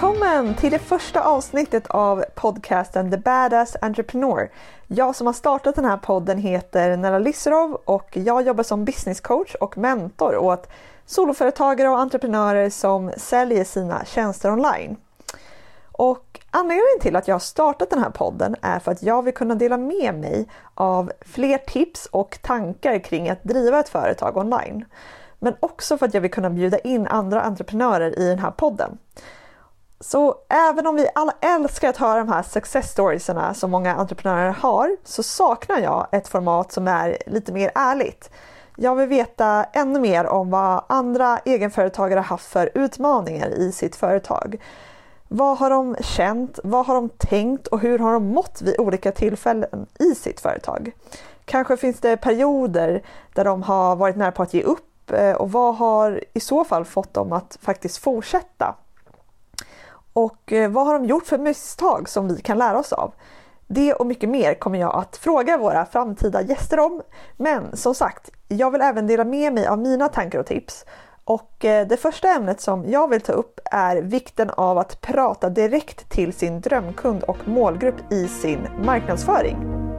Välkommen till det första avsnittet av podcasten The Badass Entrepreneur. Jag som har startat den här podden heter Nella Lisserov och jag jobbar som business coach och mentor åt soloföretagare och entreprenörer som säljer sina tjänster online. Och anledningen till att jag har startat den här podden är för att jag vill kunna dela med mig av fler tips och tankar kring att driva ett företag online. Men också för att jag vill kunna bjuda in andra entreprenörer i den här podden. Så även om vi alla älskar att höra de här success storiesarna som många entreprenörer har, så saknar jag ett format som är lite mer ärligt. Jag vill veta ännu mer om vad andra egenföretagare har haft för utmaningar i sitt företag. Vad har de känt, vad har de tänkt och hur har de mått vid olika tillfällen i sitt företag? Kanske finns det perioder där de har varit nära på att ge upp och vad har i så fall fått dem att faktiskt fortsätta? Och vad har de gjort för misstag som vi kan lära oss av? Det och mycket mer kommer jag att fråga våra framtida gäster om. Men som sagt, jag vill även dela med mig av mina tankar och tips. Och det första ämnet som jag vill ta upp är vikten av att prata direkt till sin drömkund och målgrupp i sin marknadsföring.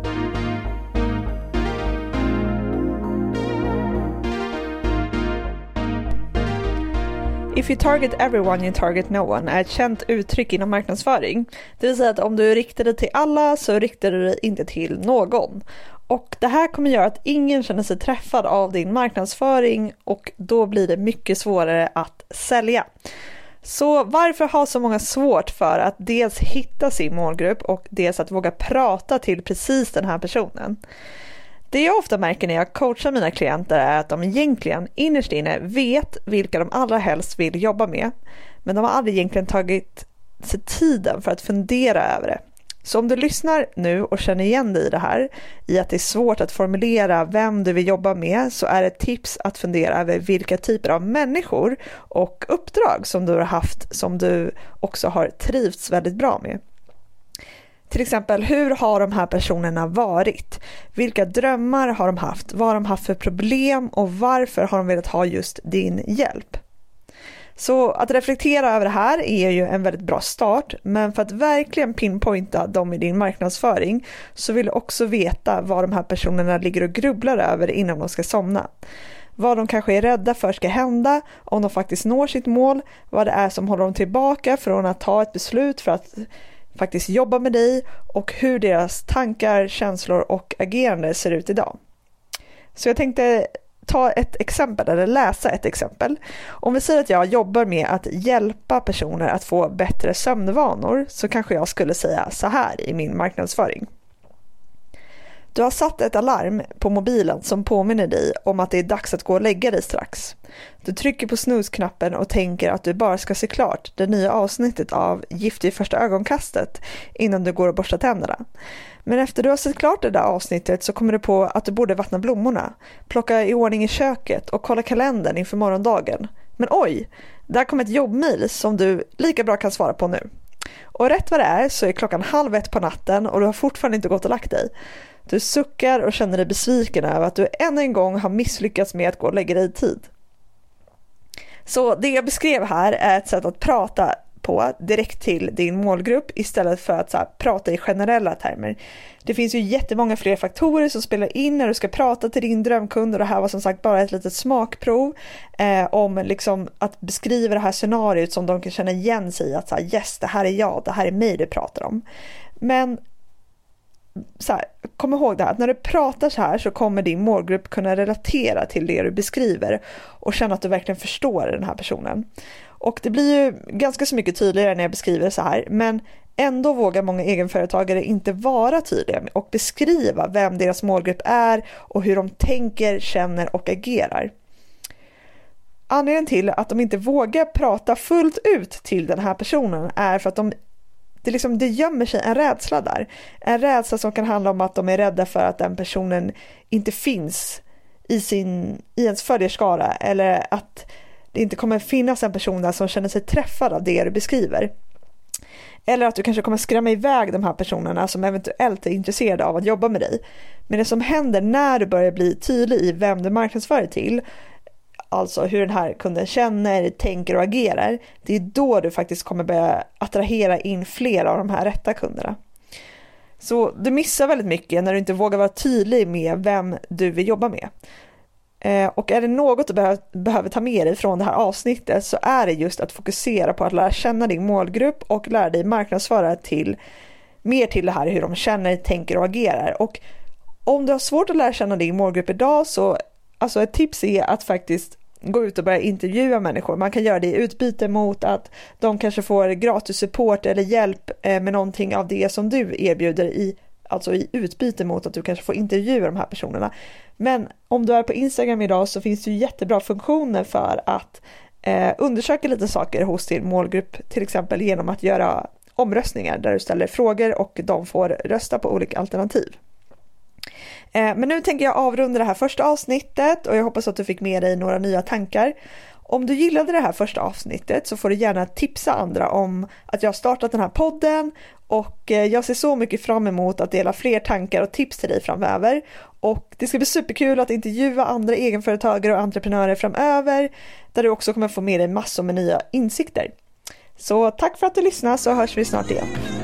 If you target everyone, you target no one är ett känt uttryck inom marknadsföring. Det vill säga att om du riktar dig till alla så riktar du dig inte till någon. Och det här kommer göra att ingen känner sig träffad av din marknadsföring och då blir det mycket svårare att sälja. Så varför har så många svårt för att dels hitta sin målgrupp och dels att våga prata till precis den här personen? Det jag ofta märker när jag coachar mina klienter är att de egentligen innerst inne vet vilka de allra helst vill jobba med. Men de har aldrig egentligen tagit sig tiden för att fundera över det. Så om du lyssnar nu och känner igen dig i det här, i att det är svårt att formulera vem du vill jobba med, så är det ett tips att fundera över vilka typer av människor och uppdrag som du har haft som du också har trivts väldigt bra med. Till exempel, hur har de här personerna varit? Vilka drömmar har de haft? Vad har de haft för problem? Och varför har de velat ha just din hjälp? Så att reflektera över det här är ju en väldigt bra start. Men för att verkligen pinpointa dem i din marknadsföring så vill du också veta vad de här personerna ligger och grubblar över innan de ska somna. Vad de kanske är rädda för ska hända om de faktiskt når sitt mål. Vad det är som håller dem tillbaka från att ta ett beslut för att faktiskt jobba med dig och hur deras tankar, känslor och agerande ser ut idag. Så jag tänkte ta ett exempel eller läsa ett exempel. Om vi säger att jag jobbar med att hjälpa personer att få bättre sömnvanor så kanske jag skulle säga så här i min marknadsföring. Du har satt ett alarm på mobilen som påminner dig om att det är dags att gå och lägga dig strax. Du trycker på snooze-knappen och tänker att du bara ska se klart det nya avsnittet av Gift i första ögonkastet innan du går och borstar tänderna. Men efter du har sett klart det där avsnittet så kommer du på att du borde vattna blommorna, plocka i ordning i köket och kolla kalendern inför morgondagen. Men oj, där kom ett jobbmail som du lika bra kan svara på nu. Och rätt vad det är så är klockan 12:30 på natten och du har fortfarande inte gått och lagt dig. Du suckar och känner dig besviken över att du än en gång har misslyckats med att gå och lägga dig i tid. Så det jag beskrev här är ett sätt att prata på direkt till din målgrupp istället för att prata i generella termer. Det finns ju jättemånga fler faktorer som spelar in när du ska prata till din drömkund och det här var som sagt bara ett litet smakprov om liksom att beskriva det här scenariot som de kan känna igen sig i att yes, det här är jag, det här är mig du pratar om. Men kom ihåg det här, att när du pratar så här så kommer din målgrupp kunna relatera till det du beskriver och känna att du verkligen förstår den här personen. Och det blir ju ganska så mycket tydligare när jag beskriver så här, men ändå vågar många egenföretagare inte vara tydliga och beskriva vem deras målgrupp är och hur de tänker, känner och agerar. Anledningen till att de inte vågar prata fullt ut till den här personen är för att det gömmer sig en rädsla där. En rädsla som kan handla om att de är rädda för att den personen inte finns i ens följarskara eller att det inte kommer finnas en person där som känner sig träffad av det du beskriver. Eller att du kanske kommer skrämma iväg de här personerna som eventuellt är intresserade av att jobba med dig. Men det som händer när du börjar bli tydlig i vem du marknadsför till, alltså hur den här kunden känner, tänker och agerar, det är då du faktiskt kommer börja attrahera in fler av de här rätta kunderna. Så du missar väldigt mycket när du inte vågar vara tydlig med vem du vill jobba med. Och är det något du behöver ta med dig från det här avsnittet, så är det just att fokusera på att lära känna din målgrupp och lära dig marknadsföra mer till det här hur de känner, tänker och agerar. Och om du har svårt att lära känna din målgrupp idag, så alltså ett tips är att faktiskt gå ut och börja intervjua människor. Man kan göra det i utbyte mot att de kanske får gratis support eller hjälp med någonting av det som du erbjuder alltså i utbyte mot att du kanske får intervjua de här personerna. Men om du är på Instagram idag, så finns det ju jättebra funktioner för att undersöka lite saker hos din målgrupp, till exempel genom att göra omröstningar där du ställer frågor och de får rösta på olika alternativ. Men nu tänker jag avrunda det här första avsnittet, och jag hoppas att du fick med dig några nya tankar. Om du gillade det här första avsnittet, så får du gärna tipsa andra om att jag har startat den här podden, och jag ser så mycket fram emot att dela fler tankar och tips till dig framöver. Och det ska bli superkul att intervjua andra egenföretagare och entreprenörer framöver, där du också kommer få med dig massor med nya insikter. Så tack för att du lyssnar, så hörs vi snart igen.